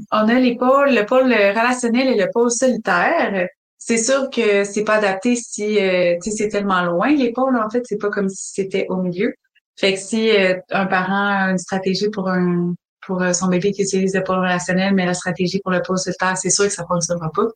on a le pôle relationnel et le pôle solitaire. C'est sûr que c'est pas adapté si tu sais, c'est tellement loin. Les pôles, en fait, c'est pas comme si c'était au milieu. Fait que si un parent a une stratégie pour son bébé qui utilise le pôle relationnel, mais la stratégie pour le pôle solitaire, c'est sûr que ça fonctionnera pas.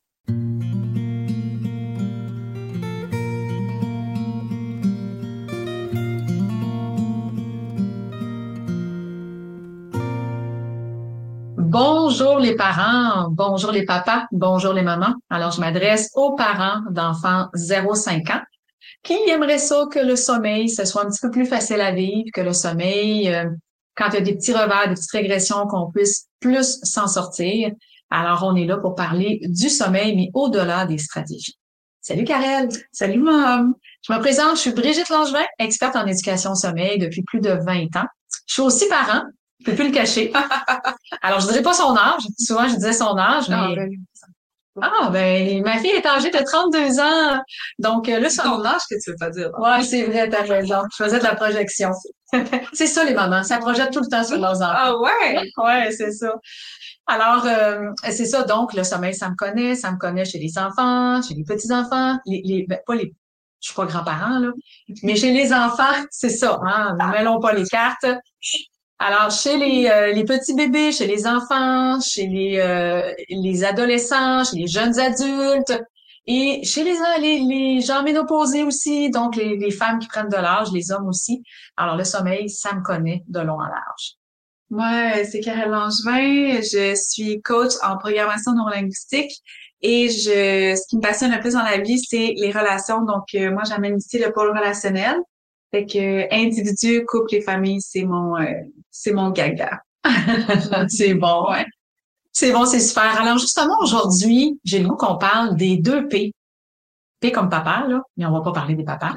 Bonjour les parents, bonjour les papas, bonjour les mamans. Alors, je m'adresse aux parents d'enfants 0-5 ans qui aimeraient ça que le sommeil, ce soit un petit peu plus facile à vivre, que le sommeil, quand il y a des petits revers, des petites régressions, qu'on puisse plus s'en sortir. Alors, on est là pour parler du sommeil, mais au-delà des stratégies. Salut Karel. Salut Mom. Je me présente, je suis Brigitte Langevin, experte en éducation au sommeil depuis plus de 20 ans. Je suis aussi parent, je peux plus le cacher. Alors, je dirais pas son âge. Souvent, je disais son âge, mais... ben, ma fille est âgée de 32 ans. Donc, là, C'est ton âge que tu veux pas dire. Ouais, c'est vrai, t'as raison. Je faisais de la projection. C'est ça, les mamans. Ça projette tout le temps sur leurs enfants. Ah ouais? Ouais, c'est ça. Alors, c'est ça. Donc, le sommeil, ça me connaît. Ça me connaît chez les enfants, chez les petits-enfants. Pas les, je suis pas grand-parent, là. Mais chez les enfants, c'est ça, hein. Ne mêlons pas les cartes. Alors, chez les petits bébés, chez les enfants, chez les adolescents, chez les jeunes adultes et chez les gens ménopausés aussi, donc les femmes qui prennent de l'âge, les hommes aussi. Alors, le sommeil, ça me connaît de long en large. Moi, c'est Karel Langevin. Je suis coach en programmation neurolinguistique et ce qui me passionne le plus dans la vie, c'est les relations. Donc, moi, j'amène ici le pôle relationnel. Fait que individu, couple et famille, c'est mon gaga. C'est bon. Ouais. C'est bon, c'est super. Alors, justement, aujourd'hui, j'ai le goût qu'on parle des 2 P. P comme papa, là, mais on va pas parler des papas.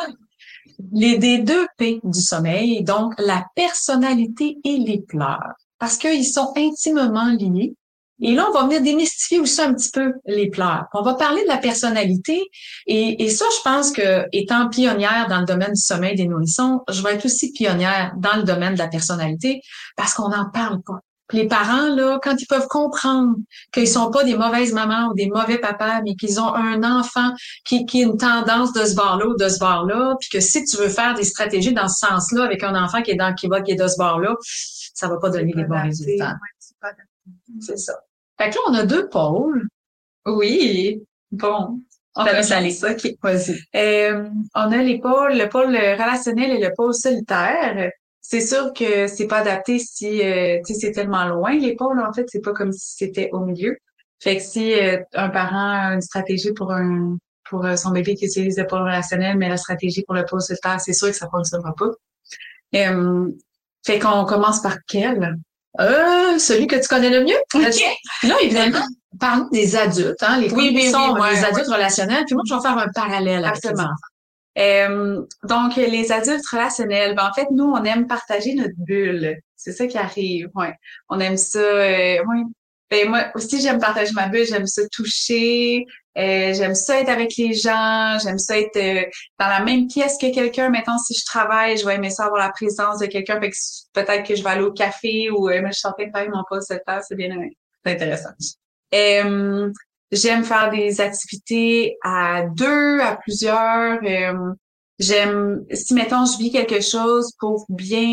Des 2 P du sommeil, donc la personnalité et les pleurs, parce qu'ils sont intimement liés. Et là, on va venir démystifier aussi un petit peu les pleurs. On va parler de la personnalité et ça, je pense que étant pionnière dans le domaine du sommeil des nourrissons, je vais être aussi pionnière dans le domaine de la personnalité parce qu'on n'en parle pas. Puis les parents, là, quand ils peuvent comprendre qu'ils sont pas des mauvaises mamans ou des mauvais papas, mais qu'ils ont un enfant qui a une tendance de ce bord-là ou de ce bord-là, puis que si tu veux faire des stratégies dans ce sens-là avec un enfant qui est de ce bord-là, ça va pas donner des bons résultats. Ouais, c'est pas adapté. C'est ça. Fait que là, on a 2 pôles. Oui. Bon. On Ça va ça aller. les. OK, vas-y. On a le pôle relationnel et le pôle solitaire. C'est sûr que c'est pas adapté si tu sais, c'est tellement loin. Les pôles, en fait, c'est pas comme si c'était au milieu. Fait que si un parent a une stratégie pour son bébé qui utilise le pôle relationnel, mais la stratégie pour le pôle solitaire, c'est sûr que ça fonctionnera pas. Euh, Fait qu'on commence par quel? Celui que tu connais le mieux. OK. Là, évidemment, parlons des adultes, hein, les Oui, oui, oui, sont ouais, des ouais. adultes relationnels, puis moi, je vais faire un parallèle avec les Absolument. enfants. Donc, les adultes relationnels, ben, en fait, nous, on aime partager notre bulle. C'est ça qui arrive, ouais. On aime ça, ouais. Ben, moi aussi, j'aime partager ma bulle, j'aime ça toucher, j'aime ça être avec les gens, j'aime ça être dans la même pièce que quelqu'un. Maintenant, si je travaille, je vais aimer ça avoir la présence de quelqu'un, fait que peut-être que je vais aller au café ou moi, je suis en train de faire mon poste de temps, c'est bien c'est intéressant. Euh, J'aime faire des activités à deux, à plusieurs. J'aime, si mettons, je vis quelque chose pour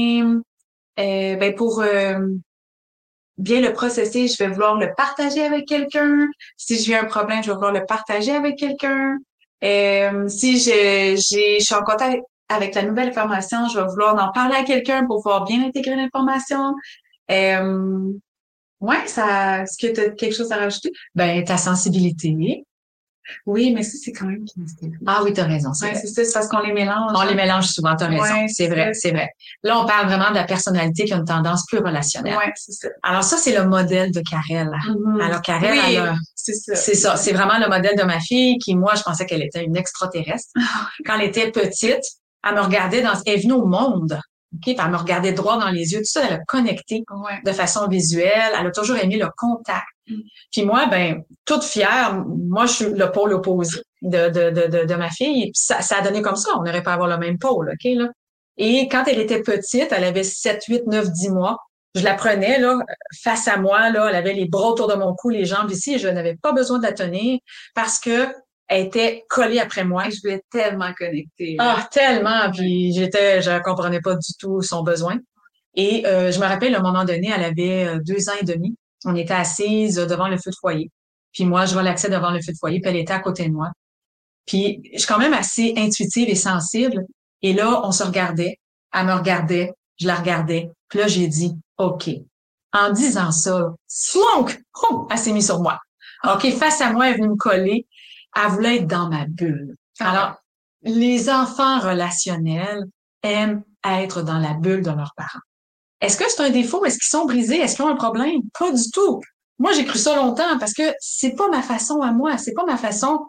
pour bien le processer, je vais vouloir le partager avec quelqu'un. Si je vis un problème, je vais vouloir le partager avec quelqu'un. Si je suis en contact avec la nouvelle information, je vais vouloir en parler à quelqu'un pour pouvoir bien intégrer l'information. Euh, ouais, ça, est-ce que tu as quelque chose à rajouter? Ben, ta sensibilité. Oui, mais ça, c'est quand même kinesthésie. Ah oui, t'as raison, c'est Ouais, vrai. c'est ça, c'est parce qu'on les mélange. On les mélange souvent, t'as raison. Ouais, C'est c'est vrai, ça. c'est vrai. Là, on parle vraiment de la personnalité qui a une tendance plus relationnelle. Ouais, c'est ça. Alors ça, c'est le modèle de Karel. Alors Karel, Oui, elle a, c'est ça. c'est ça, c'est vraiment le modèle de ma fille qui, moi, je pensais qu'elle était une extraterrestre. Quand elle était petite, elle me regardait elle est venue au monde. OK? Puis elle me regardait droit dans les yeux. Tout ça, elle a connecté Ouais. de façon visuelle. Elle a toujours aimé le contact. Puis moi, ben, toute fière, moi, je suis le pôle opposé de ma fille. Puis ça a donné comme ça. On n'aurait pas avoir le même pôle, OK, là. Et quand elle était petite, elle avait 7, 8, 9, 10 mois. Je la prenais, là, face à moi, là, elle avait les bras autour de mon cou, les jambes ici, et je n'avais pas besoin de la tenir parce que elle était collée après moi. Et je voulais tellement connecter, là. Ah, tellement! Puis je comprenais pas du tout son besoin. Et je me rappelle, à un moment donné, elle avait 2 ans et demi. On était assises devant le feu de foyer. Puis moi, je relaxais devant le feu de foyer, puis elle était à côté de moi. Puis je suis quand même assez intuitive et sensible. Et là, on se regardait. Elle me regardait, je la regardais. Puis là, j'ai dit, OK. En disant ça, slonk! Elle s'est mise sur moi. OK, face à moi, elle est venue me coller. Elle voulait être dans ma bulle. Alors, les enfants relationnels aiment être dans la bulle de leurs parents. Est-ce que c'est un défaut? Est-ce qu'ils sont brisés? Est-ce qu'ils ont un problème? Pas du tout. Moi, j'ai cru ça longtemps parce que c'est pas ma façon à moi. C'est pas ma façon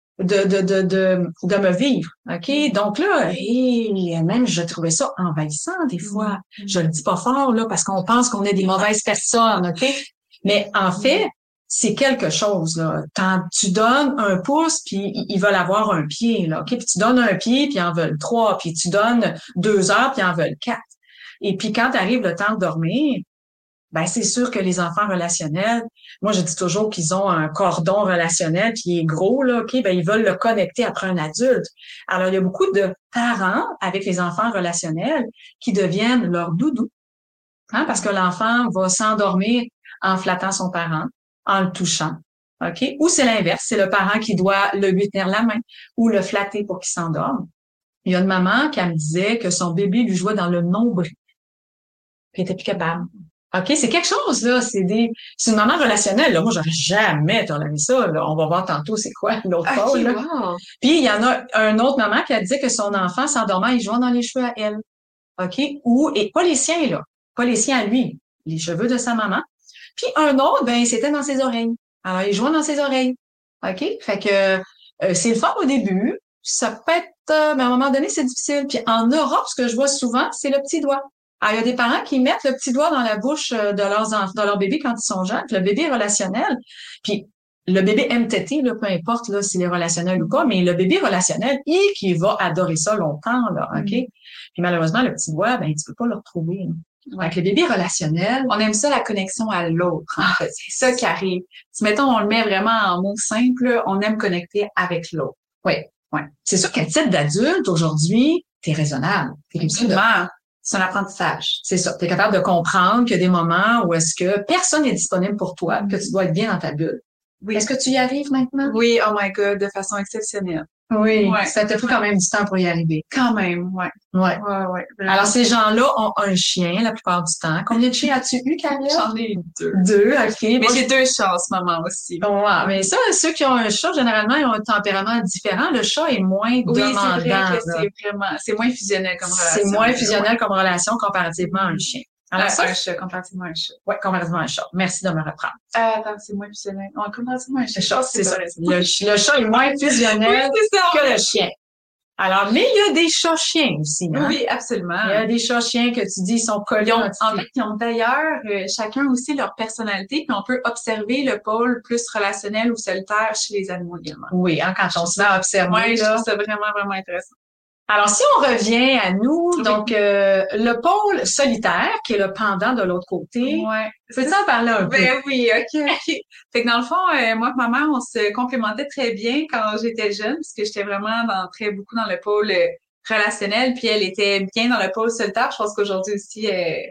de me vivre. OK? Donc là, et même, je trouvais ça envahissant des fois. Je le dis pas fort, là, parce qu'on pense qu'on est des mauvaises personnes. OK? Mais en fait, c'est quelque chose, là. Quand tu donnes un pouce, puis ils veulent avoir un pied, là. OK? Puis tu donnes un pied, puis ils en veulent 3. Puis tu donnes 2 heures, puis ils en veulent 4. Et puis quand arrive le temps de dormir, ben c'est sûr que les enfants relationnels, moi je dis toujours qu'ils ont un cordon relationnel puis il est gros là, OK, ben ils veulent le connecter après un adulte. Alors il y a beaucoup de parents avec les enfants relationnels qui deviennent leur doudou, hein, parce que l'enfant va s'endormir en flattant son parent, en le touchant. OK? Ou c'est l'inverse, c'est le parent qui doit lui tenir la main ou le flatter pour qu'il s'endorme. Il y a une maman qui me disait que son bébé lui jouait dans le nombril. Puis elle était plus capable. OK, c'est quelque chose, là. C'est une maman relationnelle, là. Moi, j'aurais jamais toléré ça, là. On va voir tantôt c'est quoi l'autre pôle, là. Wow. Puis, il y en a un autre maman qui a dit que son enfant s'endormait, il jouait dans les cheveux à elle. OK? Et pas les siens, là. Pas les siens à lui. Les cheveux de sa maman. Puis, un autre, ben, c'était dans ses oreilles. Alors, il jouait dans ses oreilles. OK? Fait que, c'est le fun au début. Ça peut être, mais à un moment donné, c'est difficile. Puis, en Europe, ce que je vois souvent, c'est le petit doigt. Alors, il y a des parents qui mettent le petit doigt dans la bouche de leur bébé quand ils sont jeunes. Puis le bébé est relationnel. Puis le bébé aime téter, là, peu importe là, s'il est relationnel ou pas, mais le bébé relationnel, qui va adorer ça longtemps, là, OK? Puis malheureusement, le petit doigt, ben, tu peux pas le retrouver. Hein. Avec le bébé relationnel, on aime ça, la connexion à l'autre, en fait. C'est ça qui arrive. Si, mettons, on le met vraiment en mots simples, on aime connecter avec l'autre. Oui, oui. C'est sûr qu'à titre d'adulte, aujourd'hui, t'es raisonnable. Absolument. C'est un apprentissage. C'est ça. Tu es capable de comprendre qu'il y a des moments où est-ce que personne n'est disponible pour toi, que tu dois être bien dans ta bulle. Oui. Est-ce que tu y arrives maintenant? Oui, oh my God, de façon exceptionnelle. Oui, ouais. Ça t'a pris quand même du temps pour y arriver. Quand même, ouais. Ouais. Ouais. Alors, ces gens-là ont un chien la plupart du temps. Combien de chiens as-tu eu, Karine? J'en ai 2. 2, OK. Mais j'ai 2 chats en ce moment aussi. Ouais, mais ça, ceux qui ont un chat, généralement, ils ont un tempérament différent. Le chat est moins demandant. Oui, c'est vrai que c'est moins fusionnel comme relation. C'est moins fusionnel comme relation comparativement à un chien. Alors ça, un chat, comparativement à un chat. Oui, comparativement à un chat. Merci de me reprendre. Attends, c'est moins fusionnel. Comparativement à un chat. Le chat, c'est ça. Le chat est moins fusionnel que le chien. Alors, mais il y a des chats-chiens aussi. Hein? Oui, absolument. Il y a des chats-chiens que tu dis, ils sont collés. En fait, ils ont d'ailleurs chacun aussi leur personnalité, puis on peut observer le pôle plus relationnel ou solitaire chez les animaux également. Oui, hein, quand on se met à observer. Oui, je trouve ça vraiment, vraiment intéressant. Alors, si on revient à nous, oui. Donc, le pôle solitaire, qui est le pendant de l'autre côté. Ouais. Peux-tu en parler un peu? Ben oui, OK. Fait que dans le fond, moi et ma mère, on se complémentait très bien quand j'étais jeune, parce que j'étais vraiment beaucoup dans le pôle relationnel, puis elle était bien dans le pôle solitaire. Je pense qu'aujourd'hui aussi,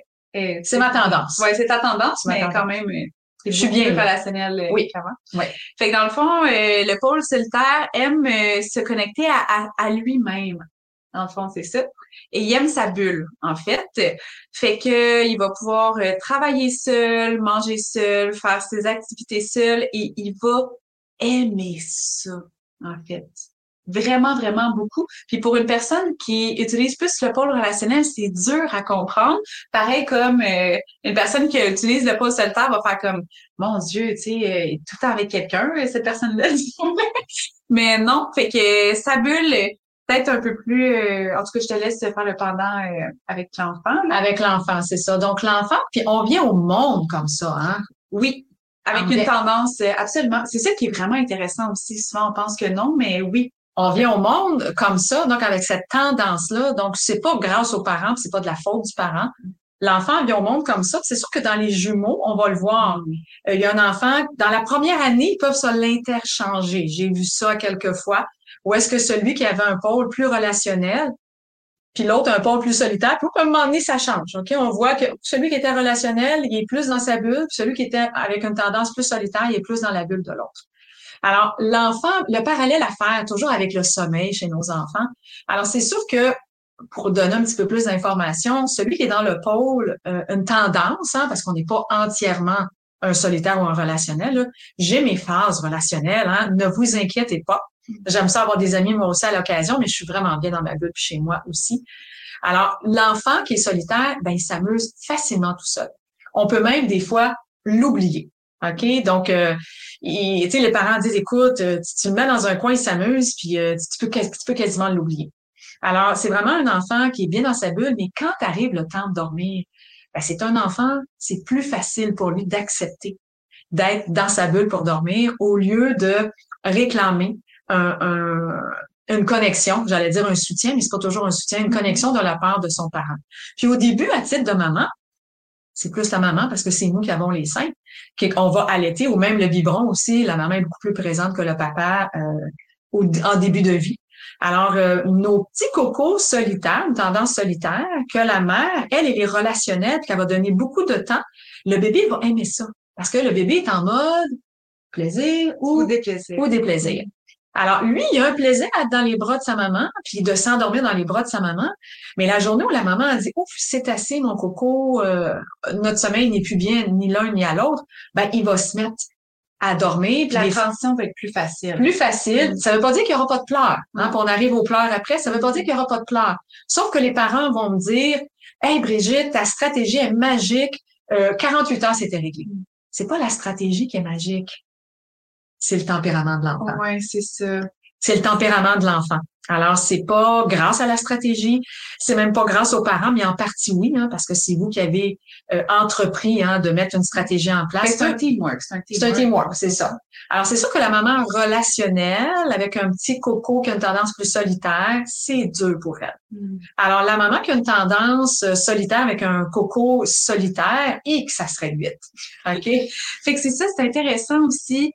c'est ma tendance. Oui, c'est ta tendance, mais quand même, je suis bien relationnel oui. qu'avant. Oui. Fait que dans le fond, le pôle solitaire aime se connecter à lui-même. Dans le fond, c'est ça. Et il aime sa bulle, en fait. Fait que il va pouvoir travailler seul, manger seul, faire ses activités seul, et il va aimer ça, en fait. Vraiment, vraiment beaucoup. Puis pour une personne qui utilise plus le pôle relationnel, c'est dur à comprendre. Pareil comme une personne qui utilise le pôle solitaire va faire comme, mon Dieu, tu sais, tout le temps avec quelqu'un, cette personne-là. Mais non, fait que sa bulle, peut-être un peu plus, en tout cas, je te laisse faire le pendant avec l'enfant. Là. Avec l'enfant, c'est ça. Donc, l'enfant, puis on vient au monde comme ça, hein? Oui, avec une tendance, absolument. C'est ça qui est vraiment intéressant aussi. Souvent, on pense que non, mais oui. On vient au monde comme ça, donc avec cette tendance-là. Donc, c'est pas grâce aux parents, c'est pas de la faute du parent. l'enfant vient au monde comme ça. C'est sûr que dans les jumeaux, on va le voir. Il y a un enfant, dans la première année, ils peuvent se l'interchanger. J'ai vu ça quelques fois. Ou est-ce que celui qui avait un pôle plus relationnel, puis l'autre un pôle plus solitaire, puis à un moment donné, ça change. OK? On voit que celui qui était relationnel, il est plus dans sa bulle, puis celui qui était avec une tendance plus solitaire, il est plus dans la bulle de l'autre. Alors, l'enfant, le parallèle à faire toujours avec le sommeil chez nos enfants. Alors, c'est sûr que pour donner un petit peu plus d'informations, celui qui est dans le pôle, une tendance, parce qu'on n'est pas entièrement un solitaire ou un relationnel, là, j'ai mes phases relationnelles, ne vous inquiétez pas. J'aime ça avoir des amis moi aussi à l'occasion, mais je suis vraiment bien dans ma bulle puis chez moi aussi. Alors, l'enfant qui est solitaire, ben il s'amuse facilement tout seul. On peut même des fois l'oublier. OK? Donc, tu sais, les parents disent, écoute, tu le mets dans un coin, il s'amuse, puis tu peux quasiment l'oublier. Alors, c'est vraiment un enfant qui est bien dans sa bulle, mais quand arrive le temps de dormir, ben, c'est un enfant, c'est plus facile pour lui d'accepter d'être dans sa bulle pour dormir au lieu de réclamer une connexion, j'allais dire un soutien, mais c'est pas toujours un soutien, une connexion de la part de son parent. Puis au début, à titre de maman, c'est plus la maman parce que c'est nous qui avons les seins, qu'on va allaiter, ou même le biberon aussi, la maman est beaucoup plus présente que le papa en début de vie. Alors, nos petits cocos solitaires, une tendance solitaire, que la mère, elle est relationnelle, puis qu'elle va donner beaucoup de temps, le bébé va aimer ça. Parce que le bébé est en mode plaisir ou déplaisir. Alors, lui, il a un plaisir à être dans les bras de sa maman, puis de s'endormir dans les bras de sa maman. Mais la journée où la maman a dit « Ouf, c'est assez, mon coco, notre sommeil n'est plus bien ni l'un ni à l'autre », ben, il va se mettre à dormir. Puis la transition va être plus facile. Plus facile. Ça veut pas dire qu'il y aura pas de pleurs. Puis on arrive aux pleurs après. Ça veut pas dire qu'il y aura pas de pleurs. Sauf que les parents vont me dire « Hey, Brigitte, ta stratégie est magique. 48 heures, c'était réglé. » C'est pas la stratégie qui est magique. C'est le tempérament de l'enfant. Ouais, c'est ça. C'est le tempérament de l'enfant. Alors, c'est pas grâce à la stratégie, c'est même pas grâce aux parents, mais en partie oui, parce que c'est vous qui avez entrepris de mettre une stratégie en place. C'est un teamwork. C'est un teamwork, c'est ça. Alors, c'est sûr que la maman relationnelle, avec un petit coco qui a une tendance plus solitaire, c'est dur pour elle. Alors, la maman qui a une tendance solitaire avec un coco solitaire, que ça serait 8. OK? Fait que c'est ça, c'est intéressant aussi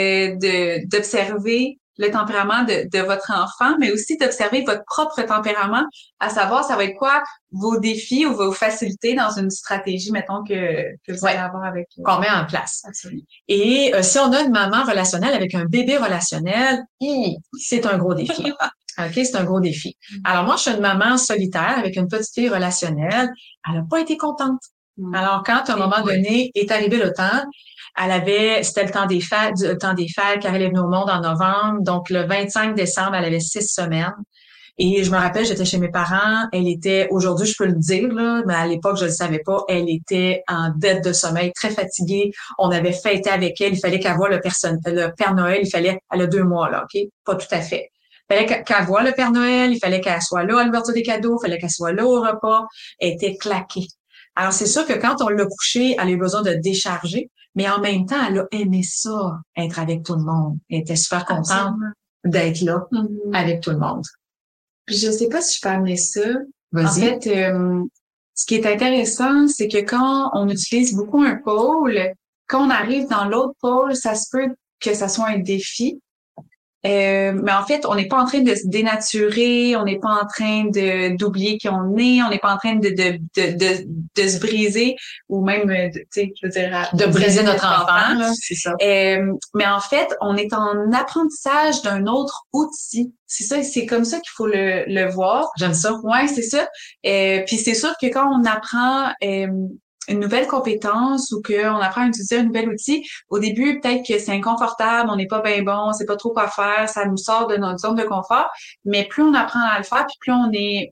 d'observer le tempérament de votre enfant, mais aussi d'observer votre propre tempérament, à savoir, ça va être quoi vos défis ou vos facilités dans une stratégie, mettons, que vous allez avoir avec... qu'on met en place. Absolument. Et si on a une maman relationnelle avec un bébé relationnel, c'est un gros défi. OK, c'est un gros défi. Alors moi, je suis une maman solitaire avec une petite fille relationnelle. Elle n'a pas été contente. Alors quand, à un moment donné, est arrivé le temps, c'était le temps des fêtes, car elle est venue au monde en novembre. Donc, le 25 décembre, elle avait 6 semaines. Et je me rappelle, j'étais chez mes parents. Elle était, aujourd'hui, je peux le dire, là, mais à l'époque, je le savais pas. Elle était en dette de sommeil, très fatiguée. On avait fêté avec elle. Il fallait qu'elle voie le Père Noël. Elle a 2 mois, là, OK? Pas tout à fait. Il fallait qu'elle voie le Père Noël. Il fallait qu'elle soit là à l'ouverture des cadeaux. Il fallait qu'elle soit là au repas. Elle était claquée. Alors, c'est sûr que quand on l'a couchée, elle a eu besoin de décharger. Mais en même temps, elle a aimé ça, être avec tout le monde. Elle était super contente d'être là avec tout le monde. Puis je sais pas si je peux amener ça. Vas-y. En fait, ce qui est intéressant, c'est que quand on utilise beaucoup un pôle, quand on arrive dans l'autre pôle, ça se peut que ça soit un défi. Mais en fait, on n'est pas en train de se dénaturer, on n'est pas en train d'oublier qui on est, on n'est pas en train de se briser ou même, tu sais, je veux dire, de briser notre enfant, là, c'est ça. Mais en fait, on est en apprentissage d'un autre outil. C'est ça, c'est comme ça qu'il faut le voir. J'aime ça. Ouais, c'est ça. Puis c'est sûr que quand on apprend une nouvelle compétence ou qu'on apprend à utiliser un nouvel outil, au début, peut-être que c'est inconfortable, on n'est pas bien bon, on sait pas trop quoi faire, ça nous sort de notre zone de confort, mais plus on apprend à le faire, puis plus on est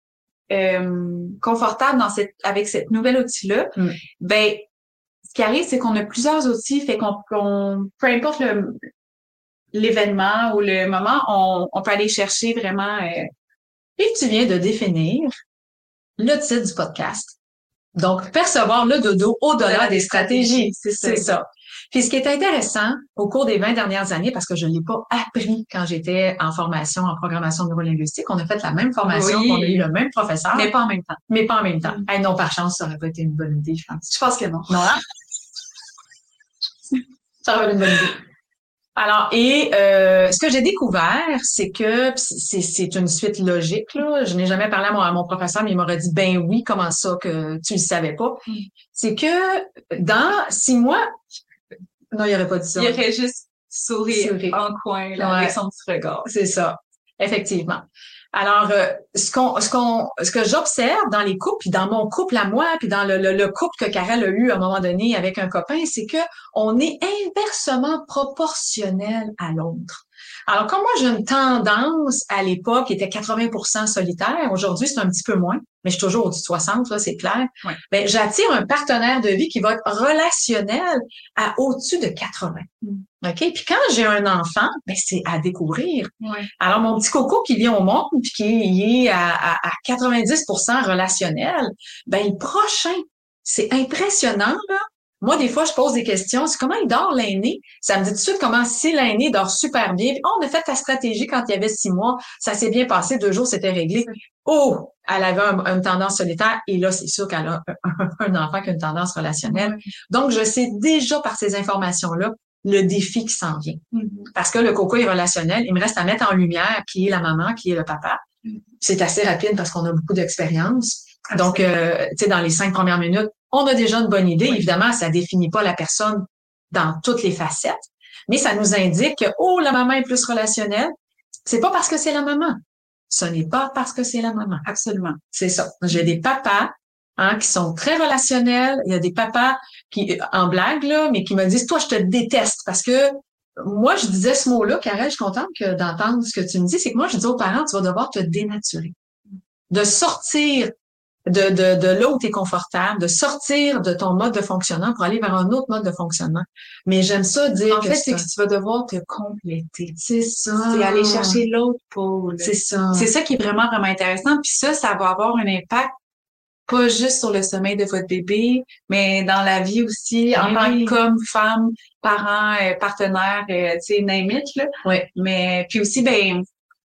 confortable avec cette nouvelle outil-là, ben ce qui arrive, c'est qu'on a plusieurs outils, fait qu'on peu importe l'événement ou le moment, on peut aller chercher vraiment... Et tu viens de définir le titre du podcast. Donc, percevoir le dodo au-delà des stratégies. C'est ça. Puis ce qui est intéressant au cours des 20 dernières années, parce que je ne l'ai pas appris quand j'étais en formation en programmation neurolinguistique, on a fait la même formation, Oui. on a eu le même professeur, Mais pas en même temps. mais pas en même temps. Hey, non, par chance, ça aurait pas été une bonne idée, je pense. Je pense que non. Non, hein? Ça aurait été une bonne idée. Alors, ce que j'ai découvert, c'est que c'est une suite logique, là. Je n'ai jamais parlé à mon professeur, mais il m'aurait dit, ben oui, comment ça que tu le savais pas? C'est que dans 6 mois, non, il aurait pas dit ça. Il aurait juste sourire en coin, là, avec son petit regard. C'est ça. Effectivement. Alors, ce que j'observe dans les couples, puis dans mon couple à moi, puis dans le couple que Karel a eu à un moment donné avec un copain, c'est que on est inversement proportionnel à l'autre. Alors, comme moi, j'ai une tendance à l'époque qui était 80% solitaire, aujourd'hui, c'est un petit peu moins, mais je suis toujours au-dessus de 60, là, c'est clair. Ouais. Ben, j'attire un partenaire de vie qui va être relationnel à au-dessus de 80. OK? Puis quand j'ai un enfant, ben, c'est à découvrir. Ouais. Alors, mon petit coco qui vient au monde, puis qui est à 90% relationnel, ben, le prochain, c'est impressionnant, là. Moi, des fois, je pose des questions. C'est comment il dort, l'aîné? Ça me dit tout de suite comment si l'aîné dort super bien. Puis, on a fait ta stratégie quand il y avait 6 mois. Ça s'est bien passé. 2 jours, c'était réglé. Oh! Elle avait une tendance solitaire. Et là, c'est sûr qu'elle a un enfant qui a une tendance relationnelle. Donc, je sais déjà par ces informations-là le défi qui s'en vient. Parce que le coco est relationnel. Il me reste à mettre en lumière qui est la maman, qui est le papa. C'est assez rapide parce qu'on a beaucoup d'expérience. Donc, tu sais, dans les 5 premières minutes, on a déjà une bonne idée. Évidemment, ça définit pas la personne dans toutes les facettes, mais ça nous indique que, oh, la maman est plus relationnelle. C'est pas parce que c'est la maman. Ce n'est pas parce que c'est la maman. Absolument. C'est ça. J'ai des papas, qui sont très relationnels. Il y a des papas qui, en blague, là, mais qui me disent, toi, je te déteste parce que moi, je disais ce mot-là, Karel, je suis contente d'entendre ce que tu me dis, c'est que moi, je dis aux parents, tu vas devoir te dénaturer. De sortir de là où tu es confortable, de sortir de ton mode de fonctionnement pour aller vers un autre mode de fonctionnement. Mais j'aime ça dire en fait, c'est que tu vas devoir te compléter. C'est ça. C'est aller chercher l'autre pôle. C'est ça. C'est ça qui est vraiment, vraiment intéressant. Puis ça va avoir un impact pas juste sur le sommeil de votre bébé, mais dans la vie aussi, en tant que comme femme, parent, partenaire, tu sais, name it, là. Oui. Mais puis aussi, ben,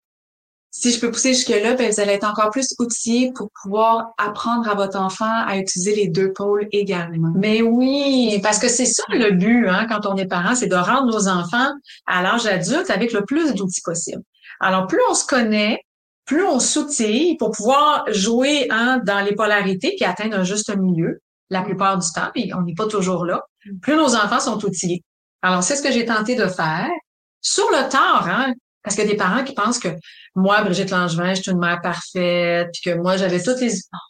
si je peux pousser jusque-là, ben, vous allez être encore plus outillés pour pouvoir apprendre à votre enfant à utiliser les 2 pôles également. Mais oui, parce que c'est ça le but, quand on est parent, c'est de rendre nos enfants à l'âge adulte avec le plus d'outils possible. Alors, plus on se connaît, plus on s'outille pour pouvoir jouer dans les polarités puis atteindre un juste milieu la plupart du temps, puis on n'est pas toujours là. Plus nos enfants sont outillés. Alors, c'est ce que j'ai tenté de faire. Sur le tard, parce qu'il y a des parents qui pensent que moi, Brigitte Langevin, je suis une mère parfaite, puis que moi, j'avais toutes les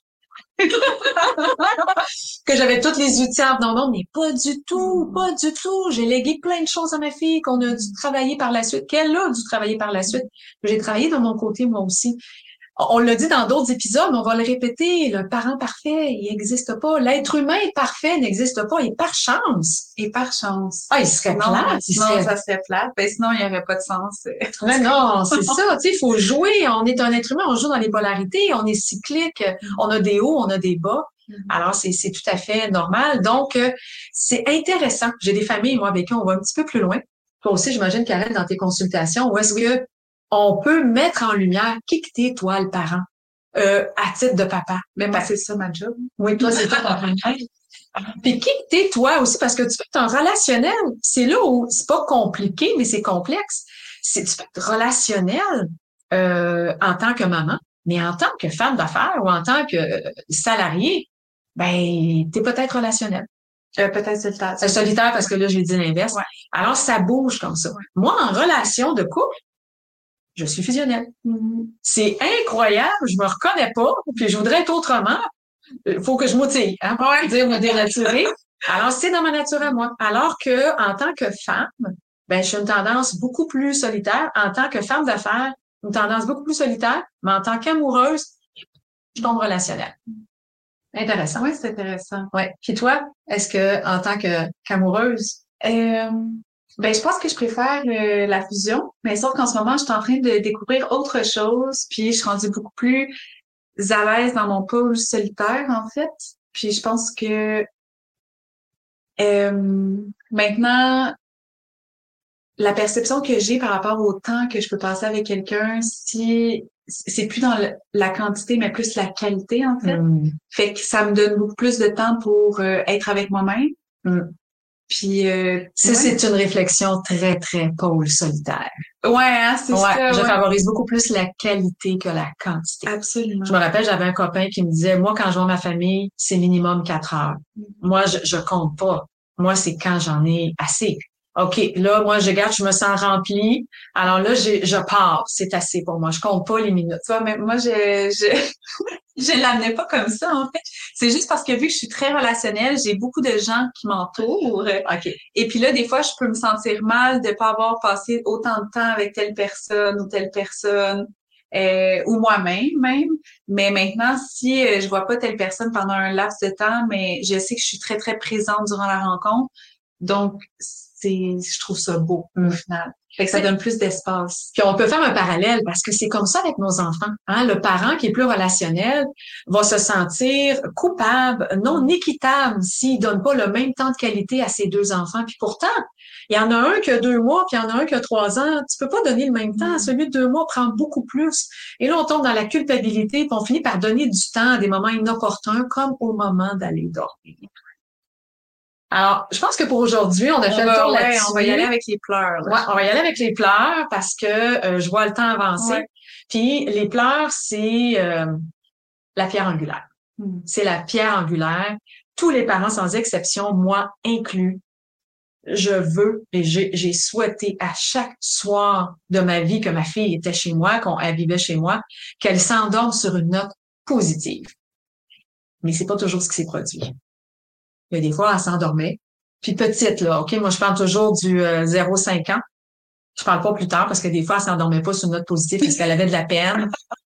que j'avais tous les outils en venant monde, mais pas du tout, pas du tout. J'ai légué plein de choses à ma fille qu'on a dû travailler par la suite, qu'elle a dû travailler par la suite. J'ai travaillé de mon côté, moi aussi. On l'a dit dans d'autres épisodes, mais on va le répéter, le parent parfait, il n'existe pas. L'être humain parfait n'existe pas, et par chance. Et par chance. Ah, il serait plate. Non, ça serait plate. Ben, sinon, il n'y aurait pas de sens. Mais non, c'est ça. Tu sais, il faut jouer. On est un être humain, on joue dans les polarités, on est cyclique, on a des hauts, on a des bas. Alors, c'est tout à fait normal. Donc, c'est intéressant. J'ai des familles, moi, avec qui on va un petit peu plus loin. Toi aussi, j'imagine, Karel, dans tes consultations, où est-ce que on peut mettre en lumière qui que t'es, toi, le parent, à titre de papa. Mais moi, c'est ça ma job. Oui, toi, c'est toi ton parent. Puis qui que t'es, toi aussi, parce que tu peux être un relationnel. C'est là où c'est pas compliqué, mais c'est complexe. Tu peux être relationnel en tant que maman, mais en tant que femme d'affaires ou en tant que salarié, ben, t'es peut-être relationnel. Peut-être solitaire. Solitaire, parce que là, je l'ai dit l'inverse. Ouais. Alors, ça bouge comme ça. Ouais. Moi, en relation de couple, je suis fusionnelle. C'est incroyable, je me reconnais pas, puis je voudrais être autrement. Il faut que je m'outille, pour dire me dénaturer. Alors, c'est dans ma nature à moi. Alors que, en tant que femme, ben, j'ai une tendance beaucoup plus solitaire. En tant que femme d'affaires, une tendance beaucoup plus solitaire, mais en tant qu'amoureuse, je tombe relationnelle. Intéressant. Oui, c'est intéressant. Ouais. Puis toi, est-ce que, en tant qu'amoureuse, ben, je pense que je préfère la fusion, mais sauf qu'en ce moment, je suis en train de découvrir autre chose, puis je suis rendue beaucoup plus à l'aise dans mon pôle solitaire, en fait. Puis je pense que Maintenant, la perception que j'ai par rapport au temps que je peux passer avec quelqu'un, si c'est plus dans la quantité, mais plus la qualité, en fait. Fait que ça me donne beaucoup plus de temps pour être avec moi-même. Puis ça, c'est une réflexion très, très pôle solitaire. Ouais, hein, c'est ça. Je favorise beaucoup plus la qualité que la quantité. Absolument. Je me rappelle, j'avais un copain qui me disait, moi, quand je vois ma famille, c'est minimum 4 heures. Moi, je compte pas. Moi, c'est quand j'en ai assez. OK, là, moi, je me sens remplie. Alors là, je pars. C'est assez pour moi. Je compte pas les minutes. Tu vois, mais moi, je l'amenais pas comme ça, en fait. C'est juste parce que vu que je suis très relationnelle, j'ai beaucoup de gens qui m'entourent. OK. Et puis là, des fois, je peux me sentir mal de pas avoir passé autant de temps avec telle personne ou telle personne, ou moi-même même. Mais maintenant, si je vois pas telle personne pendant un laps de temps, mais je sais que je suis très, très présente durant la rencontre. Donc, je trouve ça beau, au final. Fait que ça donne plus d'espace. Puis on peut faire un parallèle parce que c'est comme ça avec nos enfants. Hein? Le parent qui est plus relationnel va se sentir coupable, non équitable s'il donne pas le même temps de qualité à ses 2 enfants. Puis pourtant, il y en a un qui a 2 mois, puis il y en a un qui a 3 ans. Tu peux pas donner le même temps. Celui de 2 mois prend beaucoup plus. Et là, on tombe dans la culpabilité, puis on finit par donner du temps à des moments inopportuns, comme au moment d'aller dormir. Alors, je pense que pour aujourd'hui, on a fait le tour là-dessus. On va y aller avec les pleurs. Ouais, on va y aller avec les pleurs parce que je vois le temps avancer. Ouais. Puis les pleurs, c'est la pierre angulaire. C'est la pierre angulaire. Tous les parents, sans exception, moi inclus, je veux et j'ai souhaité à chaque soir de ma vie que ma fille était chez moi, qu'elle vivait chez moi, qu'elle s'endorme sur une note positive. Mais c'est pas toujours ce qui s'est produit. Il y a des fois, elle s'endormait. Puis petite, là, OK, moi, je parle toujours du 0-5 ans. Je parle pas plus tard parce que des fois, elle s'endormait pas sur une note positive parce qu'elle avait de la peine.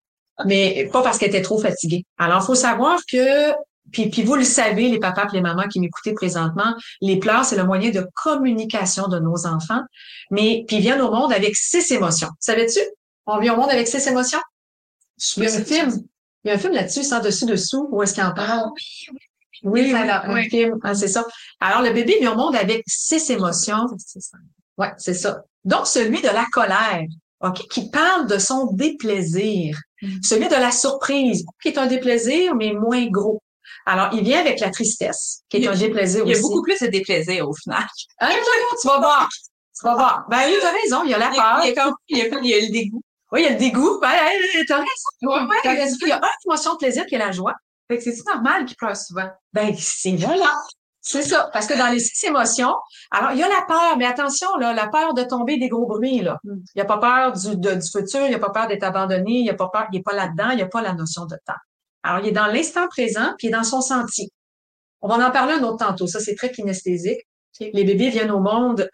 Mais pas parce qu'elle était trop fatiguée. Alors, il faut savoir que, puis vous le savez, les papas et les mamans qui m'écoutez présentement, les pleurs, c'est le moyen de communication de nos enfants. Mais, puis ils viennent au monde avec 6 émotions. Savais-tu? On vient au monde avec 6 émotions? Il y a un film là-dessus, sans dessus-dessous, où est-ce qu'il en parle? Oui, un film. Ah, c'est ça. Alors, le bébé vient au monde avec 6 émotions. Ouais, c'est ça. Donc, celui de la colère, OK, qui parle de son déplaisir. Celui de la surprise, qui est un déplaisir, mais moins gros. Alors, il vient avec la tristesse, qui est un déplaisir aussi. Il y a beaucoup plus de déplaisir, au final. Ah, tu vas voir. Tu vas voir. Ben oui, t'as raison, il y a la peur. Il y a le dégoût. Oui, il y a le dégoût. Ben, t'as raison. T'as raison. Il y a une émotion de plaisir qui est la joie. Fait que c'est normal qu'il pleure souvent. Ben, c'est voilà. C'est ça. Parce que dans les 6 émotions, alors, il y a la peur, mais attention, là, la peur de tomber des gros bruits, là. Il n'y a pas peur du futur, il n'y a pas peur d'être abandonné, il n'y a pas peur, il n'est pas là-dedans, il n'y a pas la notion de temps. Alors, il est dans l'instant présent, puis il est dans son sentier. On va en parler un autre tantôt. Ça, c'est très kinesthésique. Les bébés viennent au monde,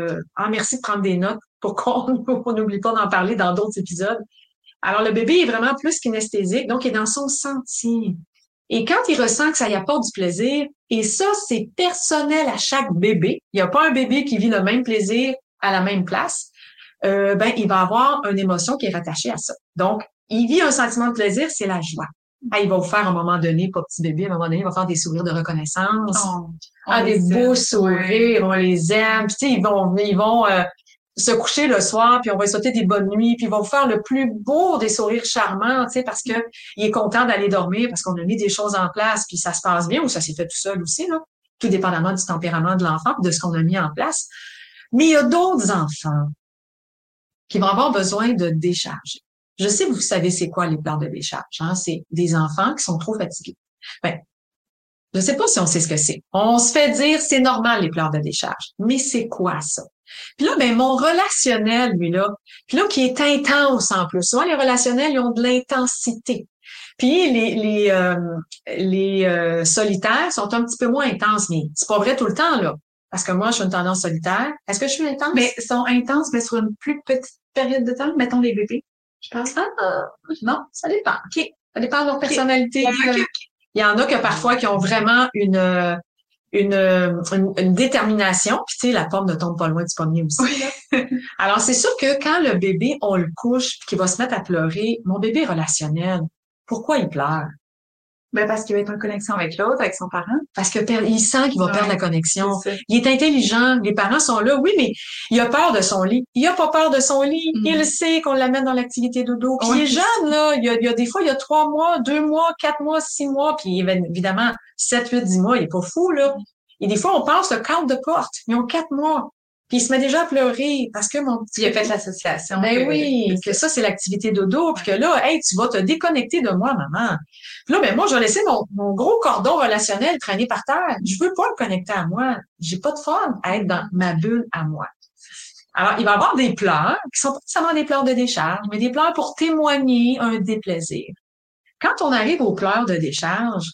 merci de prendre des notes pour qu'on n'oublie pas d'en parler dans d'autres épisodes. Alors, le bébé est vraiment plus kinesthésique, donc il est dans son sentier. Et quand il ressent que ça y apporte du plaisir, et ça, c'est personnel à chaque bébé, il n'y a pas un bébé qui vit le même plaisir à la même place, il va avoir une émotion qui est rattachée à ça. Donc, il vit un sentiment de plaisir, c'est la joie. Ah, il va vous faire à un moment donné, pas petit bébé, à un moment donné, il va faire des sourires de reconnaissance. Des beaux sourires, on les aime. Puis, tu sais, ils vont se coucher le soir, puis on va lui souhaiter des bonnes nuits, puis ils vont faire le plus beau des sourires charmants, tu sais, parce que il est content d'aller dormir, parce qu'on a mis des choses en place, puis ça se passe bien, ou ça s'est fait tout seul aussi, là, tout dépendamment du tempérament de l'enfant, de ce qu'on a mis en place. Mais il y a d'autres enfants qui vont avoir besoin de décharger. Je sais que vous savez c'est quoi les pleurs de décharge, hein? C'est des enfants qui sont trop fatigués. Ben, je sais pas si on sait ce que c'est. On se fait dire c'est normal les pleurs de décharge, mais c'est quoi ça? Puis là, mon relationnel, lui, là, puis là, qui est intense en plus. Souvent, les relationnels, ils ont de l'intensité. Puis les solitaires sont un petit peu moins intenses, mais c'est pas vrai tout le temps, là. Parce que moi, je suis une tendance solitaire. Est-ce que je suis intense? Mais ils sont intenses, mais sur une plus petite période de temps, mettons les bébés, je pense. Non, ça dépend. OK. Ça dépend de leur personnalité. Il y en a que parfois qui ont vraiment une détermination, puis tu sais, la pomme ne tombe pas loin du pommier aussi. Oui. Alors, c'est sûr que quand le bébé, on le couche, puis qu'il va se mettre à pleurer, mon bébé est relationnel. Pourquoi il pleure? Ben, parce qu'il va être en connexion avec l'autre, avec son parent. Parce que il sent qu'il va perdre la Ouais, connexion. c'est ça. Il est intelligent, les parents sont là, oui, mais il a peur de son lit. Il a pas peur de son lit. Il Mhm. sait qu'on l'amène dans l'activité dodo. Puis il est Ouais, jeune, là. Il y a des fois, il y a 3 mois, 2 mois, 4 mois, 6 mois, puis évidemment, 7, 8, 10 mois, il est pas fou, là. Et des fois, on passe le cadre de porte. Ils ont 4 mois. Puis il se met déjà à pleurer parce que mon petit il a fait l'association ben que oui, que c'est ça. ça, c'est l'activité dodo, puis que là, hey, tu vas te déconnecter de moi, maman. Puis là, ben moi, je vais laisser mon gros cordon relationnel traîner par terre. Je veux pas le connecter à moi. J'ai pas de fun à être dans ma bulle à moi. Alors, il va y avoir des pleurs qui sont pas nécessairement des pleurs de décharge, mais des pleurs pour témoigner un déplaisir. Quand on arrive aux pleurs de décharge,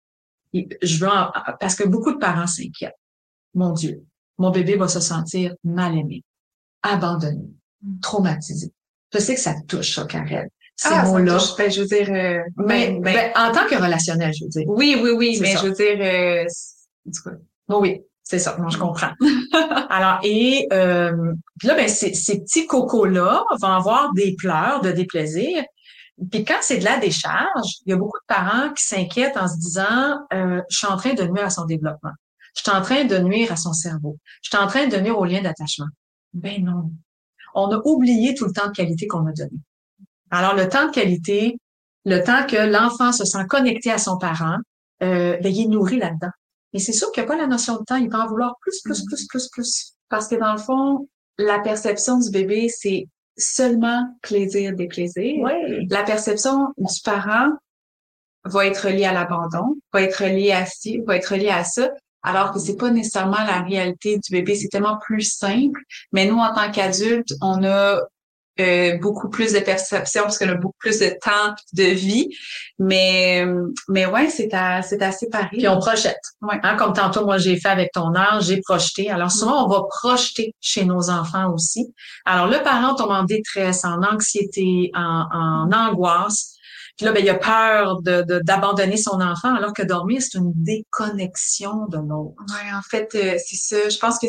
parce que beaucoup de parents s'inquiètent. Mon Dieu, mon bébé va se sentir mal aimé, abandonné, traumatisé. Je sais que ça te touche, ça, Karel. Ces Ah, ça me mots-là. touche. Ben, je veux dire, Ben, en tant que relationnel, je veux dire. oui, C'est mais ça. je veux dire, en tout cas. Oui, c'est ça. Moi, je comprends. Alors, puis là, ben, ces petits cocos-là vont avoir des pleurs de déplaisir. Puis quand c'est de la décharge, il y a beaucoup de parents qui s'inquiètent en se disant, je suis en train de nuire à son développement. Je suis en train de nuire à son cerveau. Je suis en train de nuire au lien d'attachement. Ben non. On a oublié tout le temps de qualité qu'on a donné. Alors, le temps de qualité, le temps que l'enfant se sent connecté à son parent, ben, il est nourri là-dedans. Et c'est sûr qu'il n'y a pas la notion de temps. Il va en vouloir plus. Parce que dans le fond, la perception du bébé, c'est seulement plaisir, déplaisir. Oui. La perception du parent va être liée à l'abandon, va être liée à ci, va être liée à ça, alors que c'est pas nécessairement la réalité du bébé. C'est tellement plus simple. Mais nous, en tant qu'adultes, on a beaucoup plus de perception parce qu'on a beaucoup plus de temps de vie. Mais ouais, c'est assez pareil. Puis on projette. Ouais. Hein, comme tantôt, moi, j'ai fait avec ton âge, j'ai projeté. Alors souvent, on va projeter chez nos enfants aussi. Alors le parent tombe en détresse, en anxiété, en angoisse. Puis là, ben, il a peur d'abandonner son enfant, alors que dormir, c'est une déconnexion de l'autre. Ouais, en fait, c'est ça. Je pense que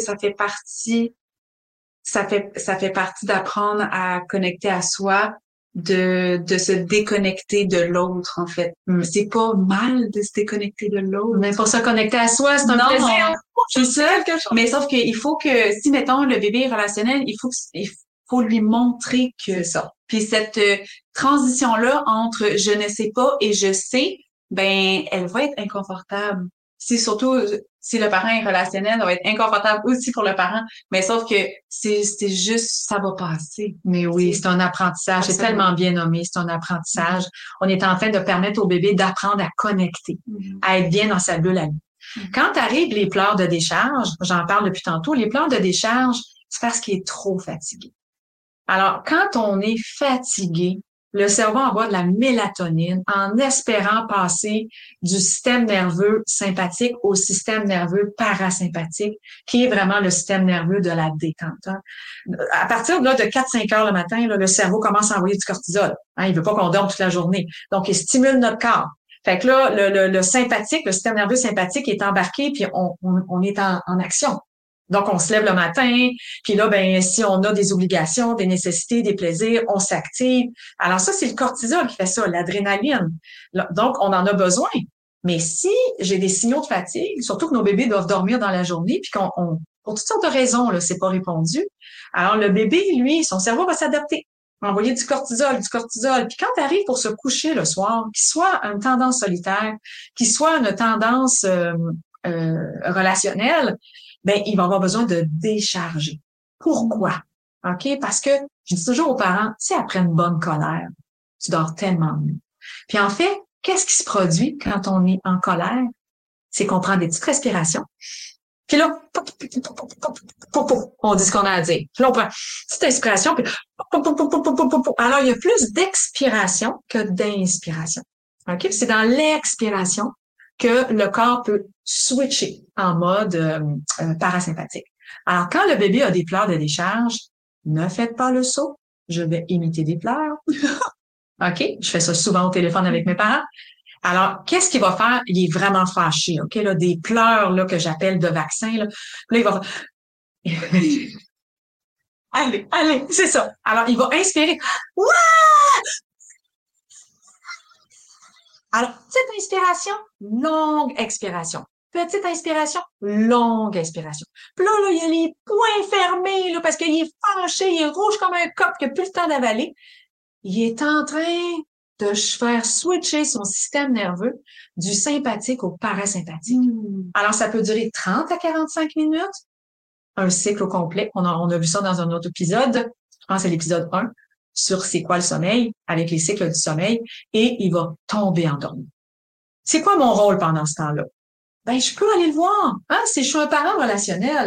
ça fait partie d'apprendre à connecter à soi, de se déconnecter de l'autre, en fait. C'est pas mal de se déconnecter de l'autre. Mais pour se connecter à soi, c'est un Non, plaisir. c'est ça. Mais sauf qu'il faut que, si, mettons, le bébé est relationnel, il faut lui montrer que C'est ça. Puis cette transition-là entre je ne sais pas et je sais, ben, elle va être inconfortable. Surtout si le parent est relationnel, ça va être inconfortable aussi pour le parent. Mais sauf que c'est juste, ça va passer. Mais oui, c'est un apprentissage. C'est Absolument. tellement bien nommé. C'est un apprentissage. On est en train de permettre au bébé d'apprendre à connecter, à être bien dans sa bulle à lui. Quand arrivent les pleurs de décharge, j'en parle depuis tantôt, les pleurs de décharge, c'est parce qu'il est trop fatigué. Alors, quand on est fatigué, le cerveau envoie de la mélatonine en espérant passer du système nerveux sympathique au système nerveux parasympathique, qui est vraiment le système nerveux de la détente. Hein. À partir là, de 4-5 heures le matin, là, le cerveau commence à envoyer du cortisol. Hein, il veut pas qu'on dorme toute la journée. Donc, il stimule notre corps. Fait que là, le sympathique, le système nerveux sympathique est embarqué, puis on est en action. Donc, on se lève le matin, puis là, ben, si on a des obligations, des nécessités, des plaisirs, on s'active. Alors ça, c'est le cortisol qui fait ça, l'adrénaline. Donc, on en a besoin. Mais si j'ai des signaux de fatigue, surtout que nos bébés doivent dormir dans la journée, puis pour toutes sortes de raisons, là, c'est pas répondu. Alors, le bébé, lui, son cerveau va s'adapter. Envoyer du cortisol. Puis quand tu arrives pour se coucher le soir, qu'il soit une tendance solitaire, qu'il soit une tendance relationnelle, ben, il va avoir besoin de décharger. Pourquoi? OK? Parce que je dis toujours aux parents, tu sais, après une bonne colère, tu dors tellement mieux. Puis en fait, qu'est-ce qui se produit quand on est en colère? C'est qu'on prend des petites respirations. Puis là, on dit ce qu'on a à dire. Puis là, on prend une petite inspiration, puis alors, il y a plus d'expiration que d'inspiration. OK? Puis c'est dans l'expiration que le corps peut switcher en mode parasympathique. Alors, quand le bébé a des pleurs de décharge, ne faites pas le saut. Je vais imiter des pleurs. OK? Je fais ça souvent au téléphone avec mes parents. Alors, qu'est-ce qu'il va faire? Il est vraiment fâché, OK? Là, des pleurs là, que j'appelle de vaccin. Là, il va faire... allez, c'est ça. Alors, il va inspirer. Ouais! Alors, petite inspiration, longue expiration. Petite inspiration, longue expiration. Puis là, il y a les poings fermés, là, parce qu'il est fâché, il est rouge comme un coq, il n'a plus le temps d'avaler. Il est en train de faire switcher son système nerveux du sympathique au parasympathique. Alors, ça peut durer 30 à 45 minutes, un cycle au complet. On a vu ça dans un autre épisode. Je pense que c'est l'épisode 1 sur c'est quoi le sommeil, avec les cycles du sommeil, et il va tomber endormi. C'est quoi mon rôle pendant ce temps-là? Ben, je peux aller le voir. Hein? Si je suis un parent relationnel,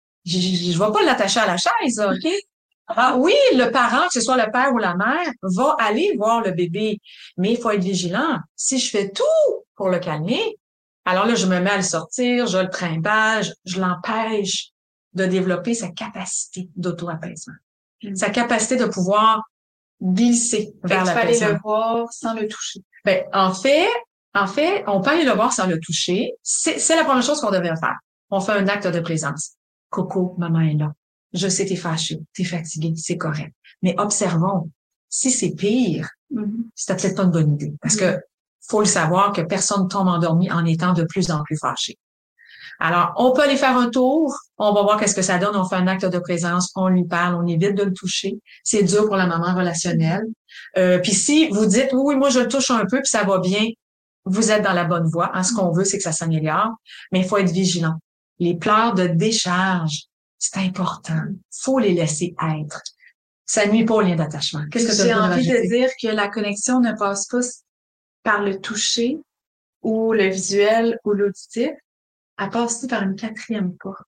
je vais pas l'attacher à la chaise, là, OK? Ah oui, le parent, que ce soit le père ou la mère, va aller voir le bébé. Mais il faut être vigilant. Si je fais tout pour le calmer, alors là, je me mets à le sortir, je le trimballe, je l'empêche de développer sa capacité d'auto-apaisement. Sa capacité de pouvoir glisser vers l'apaisement. Tu peux aller le voir sans le toucher. Ben, en fait, on peut aller le voir sans le toucher. C'est la première chose qu'on devrait faire. On fait un acte de présence. Coco, maman est là. Je sais, t'es fâché, t'es fatigué, c'est correct. Mais observons. Si c'est pire, c'est peut-être pas une bonne idée. Parce que faut le savoir que personne tombe endormi en étant de plus en plus fâché. Alors, on peut aller faire un tour, on va voir qu'est-ce que ça donne, on fait un acte de présence, on lui parle, on évite de le toucher. C'est dur pour la maman relationnelle. Puis si vous dites, oui, moi je le touche un peu, puis ça va bien, vous êtes dans la bonne voie. Hein, ce qu'on veut, c'est que ça s'améliore, mais il faut être vigilant. Les pleurs de décharge, c'est important. Faut les laisser être. Ça nuit pas au lien d'attachement. Qu'est-ce que j'ai envie de dire que la connexion ne passe pas par le toucher ou le visuel ou l'auditif. Elle passe aussi par une quatrième porte.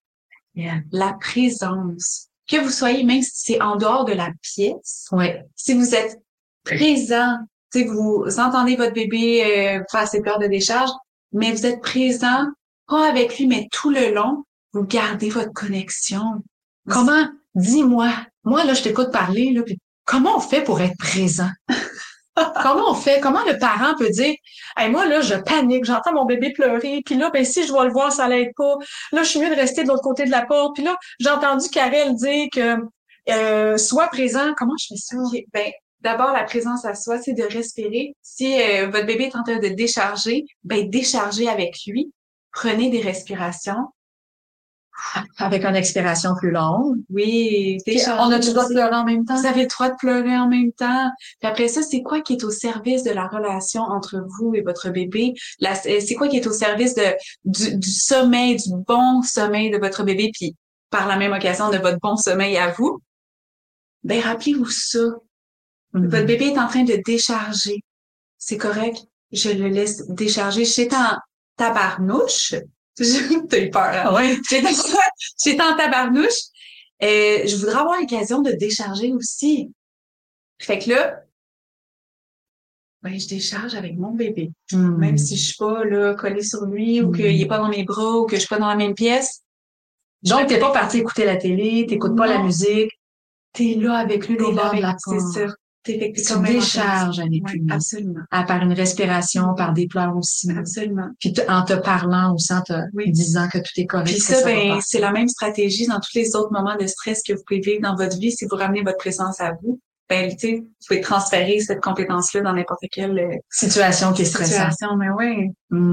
La présence. Que vous soyez, même si c'est en dehors de la pièce. Si vous êtes présent, si vous entendez votre bébé faire ses pleurs de décharge, mais vous êtes présent, pas avec lui, mais tout le long, vous gardez votre connexion. Comment? Dis-moi. Moi, là, je t'écoute parler, là, puis comment on fait pour être présent? Comment on fait? Comment le parent peut dire, hey, moi, là, je panique, j'entends mon bébé pleurer, puis là, ben, si je vais le voir, ça l'aide pas. Là, je suis mieux de rester de l'autre côté de la porte. Puis là, j'ai entendu Karel dire que sois présent. Comment je fais ça? Okay. Ben, d'abord, la présence à soi, c'est de respirer. Si votre bébé est en train de décharger, ben, déchargez avec lui. Prenez des respirations. Avec une expiration plus longue. Oui, on a-tu le droit de pleurer en même temps? Vous avez le droit de pleurer en même temps. Puis après ça, c'est quoi qui est au service de la relation entre vous et votre bébé? C'est quoi qui est au service du sommeil, du bon sommeil de votre bébé, puis par la même occasion de votre bon sommeil à vous? Ben, rappelez-vous ça. Votre bébé est en train de décharger. C'est correct. Je le laisse décharger. J'étais en tabarnouche. T'as eu peur, hein? Oui. J'étais en tabarnouche. Je voudrais avoir l'occasion de décharger aussi. Fait que là, ben, je décharge avec mon bébé. Même si je suis pas, là, collée sur lui, ou qu'il est pas dans mes bras, ou que je suis pas dans la même pièce. Donc, t'es pas parti écouter la télé, t'écoutes pas la musique. T'es là avec lui, au bord de la c'est ça. Tu décharges avec lui. Absolument. Par une respiration, par des pleurs aussi. Absolument. Puis en te parlant aussi, en te disant que tout est correct. Puis ça, ben, c'est la même stratégie dans tous les autres moments de stress que vous pouvez vivre dans votre vie. Si vous ramenez votre présence à vous, ben, tu sais, vous pouvez transférer cette compétence-là dans n'importe quelle situation qui est stressante. Mais oui.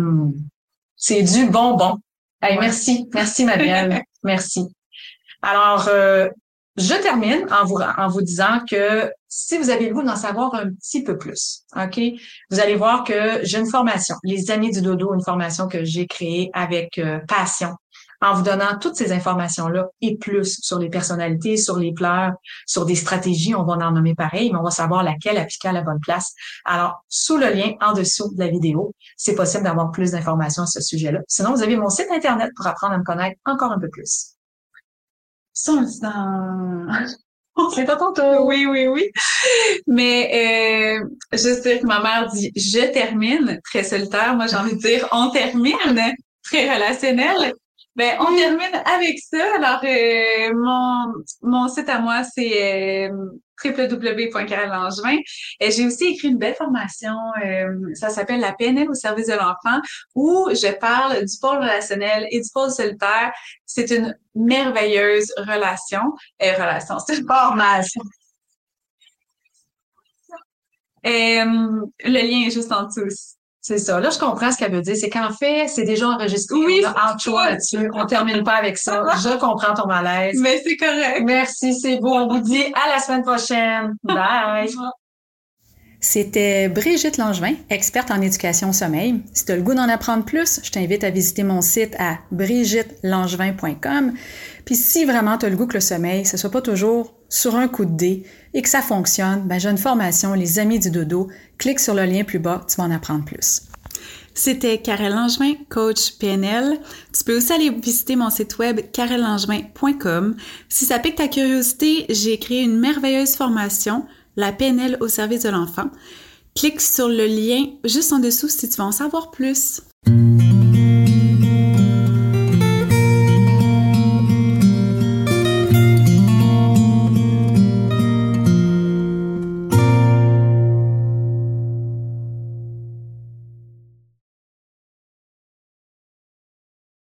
C'est du bonbon. Hey, merci. Merci, Marielle. Merci. Alors, je termine en vous disant que si vous avez le goût d'en savoir un petit peu plus, OK, vous allez voir que j'ai une formation, les Amis du Dodo, une formation que j'ai créée avec passion, en vous donnant toutes ces informations-là et plus sur les personnalités, sur les pleurs, sur des stratégies, on va en nommer pareil, mais on va savoir laquelle appliquer à la bonne place. Alors, sous le lien en dessous de la vidéo, c'est possible d'avoir plus d'informations à ce sujet-là. Sinon, vous avez mon site Internet pour apprendre à me connaître encore un peu plus. Ça, on le dit dans... C'est pas ton tour. Oui. Mais juste dire que ma mère dit « je termine », très solitaire. Moi, j'ai envie de dire « on termine », très relationnel. Ben, on termine avec ça. Alors, mon site à moi, c'est www.carolangevin. J'ai aussi écrit une belle formation, ça s'appelle la PNL au service de l'enfant, où je parle du pôle relationnel et du pôle solitaire. C'est une merveilleuse relation. C'est une formation. Le lien est juste en dessous. C'est ça. Là, je comprends ce qu'elle veut dire. C'est qu'en fait, c'est déjà enregistré. Oui, On a entre toi là-dessus. On termine pas avec ça. Je comprends ton malaise. Mais c'est correct. Merci, c'est beau. On vous dit à la semaine prochaine. Bye! C'était Brigitte Langevin, experte en éducation au sommeil. Si tu as le goût d'en apprendre plus, je t'invite à visiter mon site à brigittelangevin.com. Puis si vraiment tu as le goût que le sommeil, ce soit pas toujours sur un coup de dé et que ça fonctionne, ben j'ai une formation Les Amis du Dodo. Clique sur le lien plus bas, tu vas en apprendre plus. C'était Karel Langevin, coach PNL. Tu peux aussi aller visiter mon site web karellangevin.com. Si ça pique ta curiosité, j'ai créé une merveilleuse formation, la PNL au service de l'enfant. Clique sur le lien juste en dessous si tu veux en savoir plus.